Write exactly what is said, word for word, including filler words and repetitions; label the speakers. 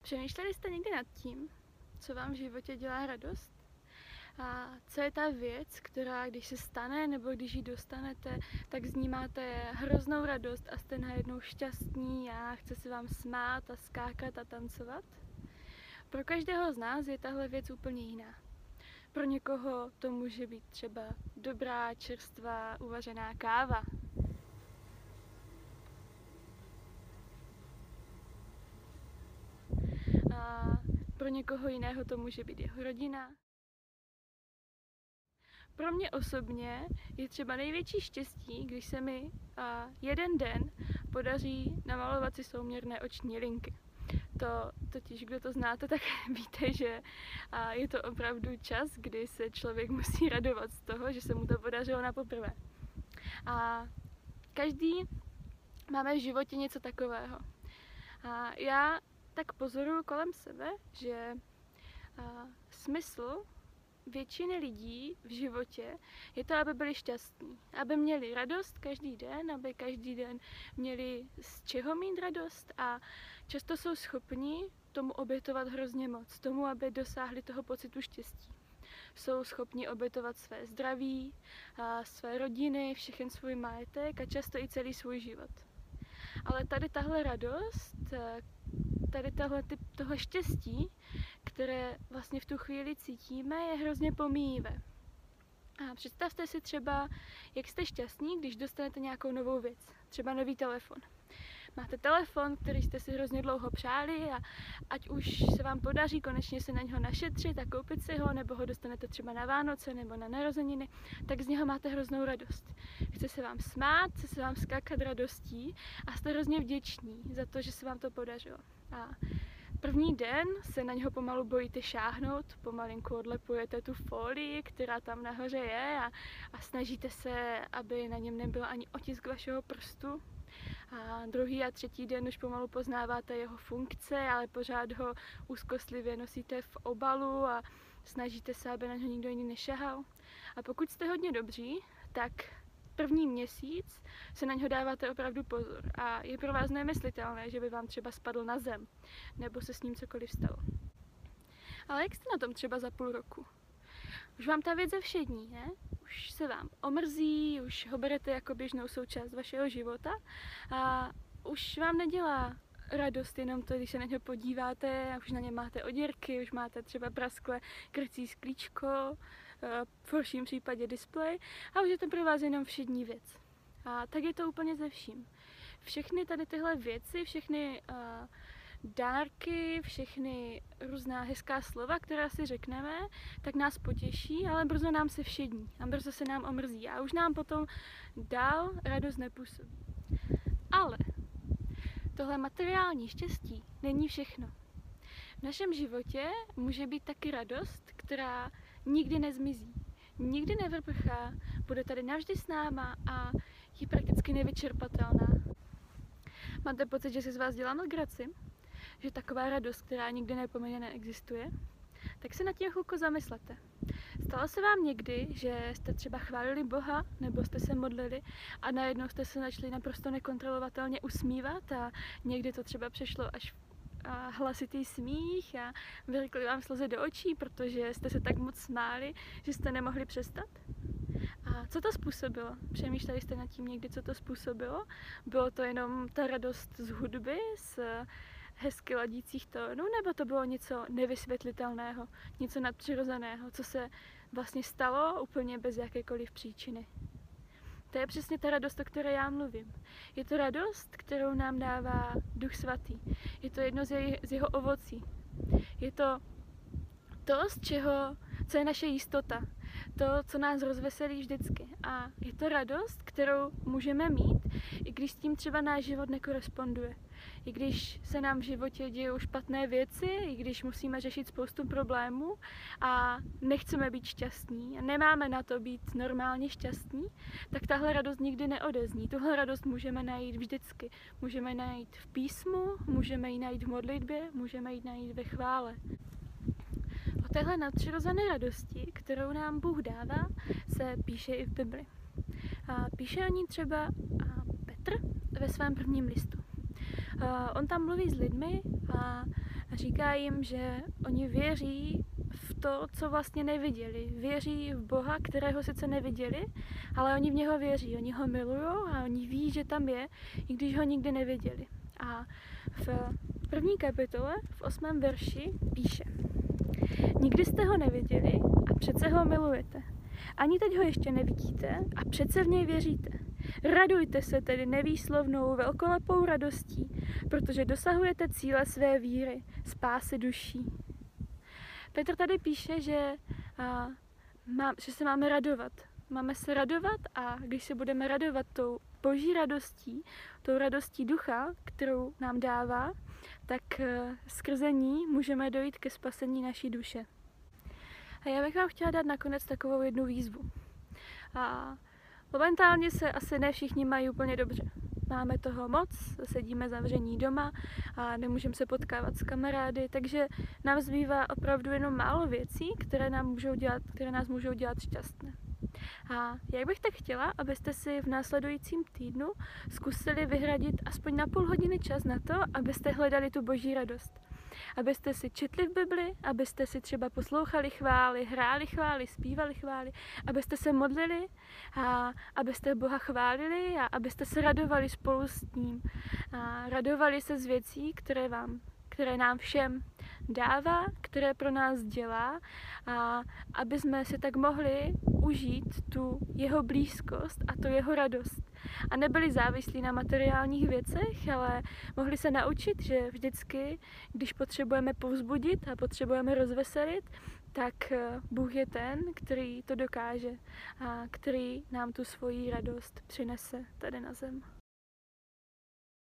Speaker 1: Přemýšleli jste někdy nad tím, co vám v životě dělá radost? A co je ta věc, která když se stane nebo když ji dostanete, tak z ní máte hroznou radost a jste najednou šťastní a chce se vám smát a skákat a tancovat? Pro každého z nás je tahle věc úplně jiná. Pro někoho to může být třeba dobrá, čerstvá, uvařená káva. A pro někoho jiného to může být jeho rodina. Pro mě osobně je třeba největší štěstí, když se mi a, jeden den podaří namalovat si souměrné oční linky. To totiž, kdo to znáte, tak víte, že a, je to opravdu čas, kdy se člověk musí radovat z toho, že se mu to podařilo na poprvé. A každý máme v životě něco takového. A já tak pozoruju kolem sebe, že a, smysl většiny lidí v životě je to, aby byli šťastní, aby měli radost každý den, aby každý den měli z čeho mít radost a často jsou schopni tomu obětovat hrozně moc, tomu, aby dosáhli toho pocitu štěstí. Jsou schopni obětovat své zdraví, a své rodiny, všechen svůj majetek a často i celý svůj život. Ale tady tahle radost, tady tahle typ toho štěstí, které vlastně v tu chvíli cítíme, je hrozně pomíjivé. A představte si třeba, jak jste šťastní, když dostanete nějakou novou věc, třeba nový telefon. Máte telefon, který jste si hrozně dlouho přáli a ať už se vám podaří konečně se na něho našetřit a koupit si ho, nebo ho dostanete třeba na Vánoce nebo na narozeniny, tak z něho máte hroznou radost. Chce se vám smát, chce se vám skákat radostí a jste hrozně vděční za to, že se vám to podařilo. A první den se na něho pomalu bojíte šáhnout, pomalinku odlepujete tu folii, která tam nahoře je a, a snažíte se, aby na něm nebyl ani otisk vašeho prstu. A druhý a třetí den už pomalu poznáváte jeho funkce, ale pořád ho úzkostlivě nosíte v obalu a snažíte se, aby na něho nikdo jiný nešahal. A pokud jste hodně dobří, tak první měsíc se na něho dáváte opravdu pozor a je pro vás nemyslitelné, že by vám třeba spadl na zem nebo se s ním cokoliv stalo. Ale jak jste na tom třeba za půl roku? Už vám ta věc zevšední, ne? Už se vám omrzí, už ho berete jako běžnou součást vašeho života a už vám nedělá radost jenom to, když se na něho podíváte a už na ně máte oděrky, už máte třeba praskle krycí sklíčko, v horším případě displej a už je to pro vás jenom všední věc. A tak je to úplně ze vším. Všechny tady tyhle věci, všechny uh, dárky, všechny různá hezká slova, která si řekneme, tak nás potěší, ale brzo nám se všední a brzo se nám omrzí a už nám potom dál radost nepůsobí. Ale tohle materiální štěstí není všechno. V našem životě může být taky radost, která nikdy nezmizí, nikdy nevrprchá, bude tady navždy s náma a je prakticky nevyčerpatelná. Máte pocit, že si z vás dělám legraci? Že taková radost, která nikdy nepomene, neexistuje? Tak se nad tím chvilku zamyslete. Stalo se vám někdy, že jste třeba chválili Boha, nebo jste se modlili a najednou jste se začali naprosto nekontrolovatelně usmívat a někdy to třeba přešlo až a hlasitý smích a vylekly vám slzy do očí, protože jste se tak moc smáli, že jste nemohli přestat? A co to způsobilo? Přemýšleli jste nad tím někdy, co to způsobilo? Bylo to jenom ta radost z hudby, z hezky ladících tónů, nebo to bylo něco nevysvětlitelného, něco nadpřirozeného, co se vlastně stalo úplně bez jakékoliv příčiny? To je přesně ta radost, o které já mluvím. Je to radost, kterou nám dává Duch Svatý. Je to jedno z, jej, z jeho ovocí. Je to to, z čeho, co je naše jistota. To, co nás rozveselí vždycky. A je to radost, kterou můžeme mít, i když s tím třeba náš život nekoresponduje. I když se nám v životě dějou špatné věci, i když musíme řešit spoustu problémů a nechceme být šťastní a nemáme na to být normálně šťastní, tak tahle radost nikdy neodezní. Tuhle radost můžeme najít vždycky. Můžeme najít v písmu, můžeme ji najít v modlitbě, můžeme ji najít ve chvále. O téhle nadpřirozené radosti, kterou nám Bůh dává, se píše i v Bibli. A píše o ní třeba Petr ve svém prvním listu. On tam mluví s lidmi a A říká jim, že oni věří v to, co vlastně neviděli. Věří v Boha, kterého sice neviděli, ale oni v něho věří. Oni ho milují a oni ví, že tam je, i když ho nikdy neviděli. A v první kapitole, v osmém verši, píše: Nikdy jste ho neviděli a přece ho milujete. Ani teď ho ještě nevidíte a přece v něj věříte. Radujte se tedy nevýslovnou velkolepou radostí, protože dosahujete cíle své víry, spásy duší. Petr tady píše, že, a, má, že se máme radovat. Máme se radovat a když se budeme radovat tou boží radostí, tou radostí ducha, kterou nám dává, tak skrze ní můžeme dojít ke spasení naší duše. A já bych vám chtěla dát nakonec takovou jednu výzvu. A momentálně se asi ne všichni mají úplně dobře. Máme toho moc, sedíme zavření doma a nemůžeme se potkávat s kamarády, takže nám zbývá opravdu jenom málo věcí, které, nám můžou dělat, které nás můžou dělat šťastné. A jak bych tak chtěla, abyste si v následujícím týdnu zkusili vyhradit aspoň na půl hodiny čas na to, abyste hledali tu boží radost. Abyste si četli v Bibli, abyste si třeba poslouchali chvály, hráli chvály, zpívali chvály, abyste se modlili a abyste Boha chválili a abyste se radovali spolu s ním. A radovali se z věcí, které vám, které nám všem dává, které pro nás dělá, a aby jsme si tak mohli užít tu jeho blízkost a tu jeho radost. A nebyli závislí na materiálních věcech, ale mohli se naučit, že vždycky, když potřebujeme povzbudit a potřebujeme rozveselit, tak Bůh je ten, který to dokáže a který nám tu svoji radost přinese tady na zem.